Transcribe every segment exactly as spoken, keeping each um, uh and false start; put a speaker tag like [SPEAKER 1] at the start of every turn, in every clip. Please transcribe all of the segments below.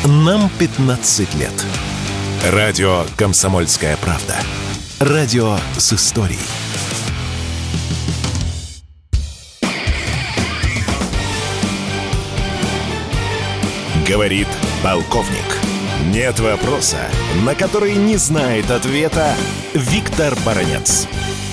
[SPEAKER 1] Нам пятнадцать лет. Радио «Комсомольская правда». Радио с историей. Говорит полковник. Нет вопроса, на который не знает ответа Виктор Баранец.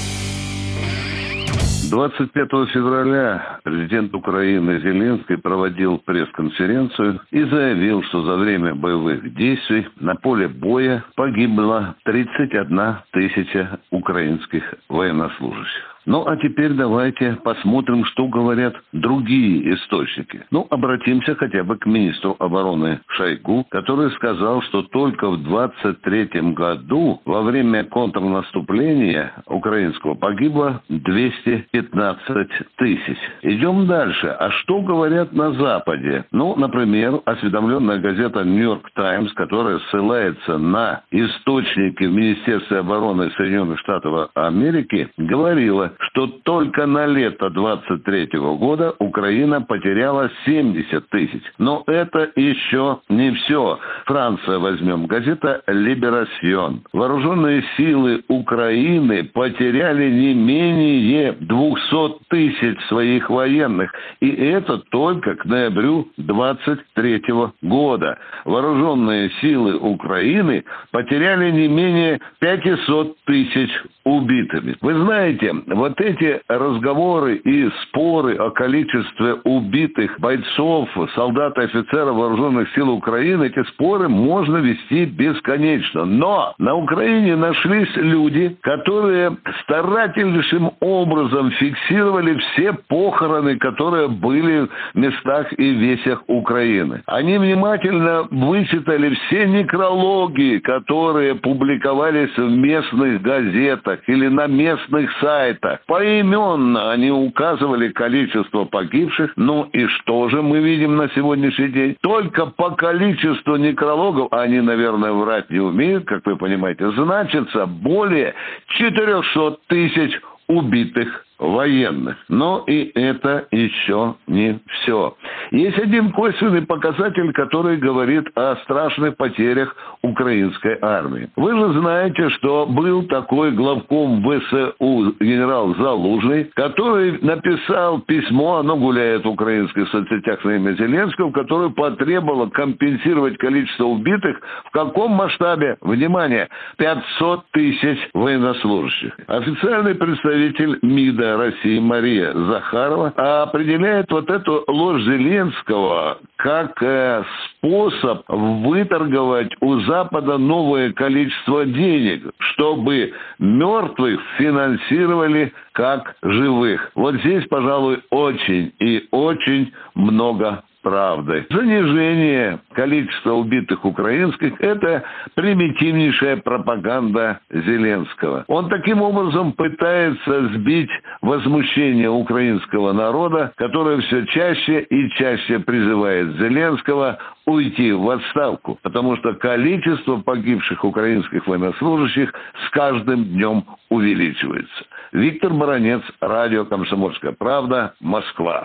[SPEAKER 2] двадцать пятого февраля президент Украины Зеленский проводил пресс-конференцию и заявил, что за время боевых действий на поле боя погибло тридцать одна тысяча украинских военнослужащих. Ну, а теперь давайте посмотрим, что говорят другие источники. Ну, обратимся хотя бы к министру обороны Шойгу, который сказал, что только в двадцать третьем году во время контрнаступления украинского погибло двести пятнадцать тысяч. Идем дальше. А что говорят на Западе? Ну, например, осведомленная газета «Нью-Йорк Таймс», которая ссылается на источники в Министерстве обороны Соединенных Штатов Америки, говорила, что только на лето двадцать третьего года Украина потеряла семьдесят тысяч. Но это еще не все. Франция возьмем. Газета «Либерасьон». Вооруженные силы Украины потеряли не менее двухсот тысяч своих военных. И это только к ноябрю двадцать третьего года. Вооруженные силы Украины потеряли не менее пятисот тысяч убитыми. Вы знаете, вот эти разговоры и споры о количестве убитых бойцов, солдат и офицеров вооруженных сил Украины, эти споры можно вести бесконечно. Но на Украине нашлись люди, которые старательнейшим образом фиксировали все похороны, которые были в местах и весях Украины. Они внимательно вычитали все некрологи, которые публиковались в местных газетах или на местных сайтах. Поименно они указывали количество погибших. Ну и что же мы видим на сегодняшний день? Только по количеству некрологов, они, наверное, врать не умеют, как вы понимаете, значится более четырехсот тысяч убитых военных. Но и это еще не все. Есть один косвенный показатель, который говорит о страшных потерях украинской армии. Вы же знаете, что был такой главком ВСУ генерал Залужный, который написал письмо, оно гуляет в украинских соцсетях на имя Зеленского, в которое потребовало компенсировать количество убитых. В каком масштабе? Внимание! пятьсот тысяч военнослужащих. Официальный представитель МИДа России Мария Захарова определяет вот эту ложь Зеленского как э, способ выторговать у Запада новое количество денег, чтобы мертвых финансировали как живых. Вот здесь, пожалуй, очень и очень много правды. Занижение количества убитых украинских – это примитивнейшая пропаганда Зеленского. Он таким образом пытается сбить возмущение украинского народа, которое все чаще и чаще призывает Зеленского уйти в отставку, потому что количество погибших украинских военнослужащих с каждым днем увеличивается. Виктор Баранец, радио «Комсомольская правда», Москва.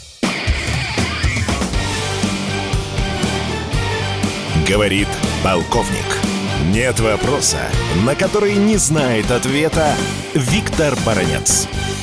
[SPEAKER 1] Говорит полковник. Нет вопроса, на который не знает ответа Виктор Баранец.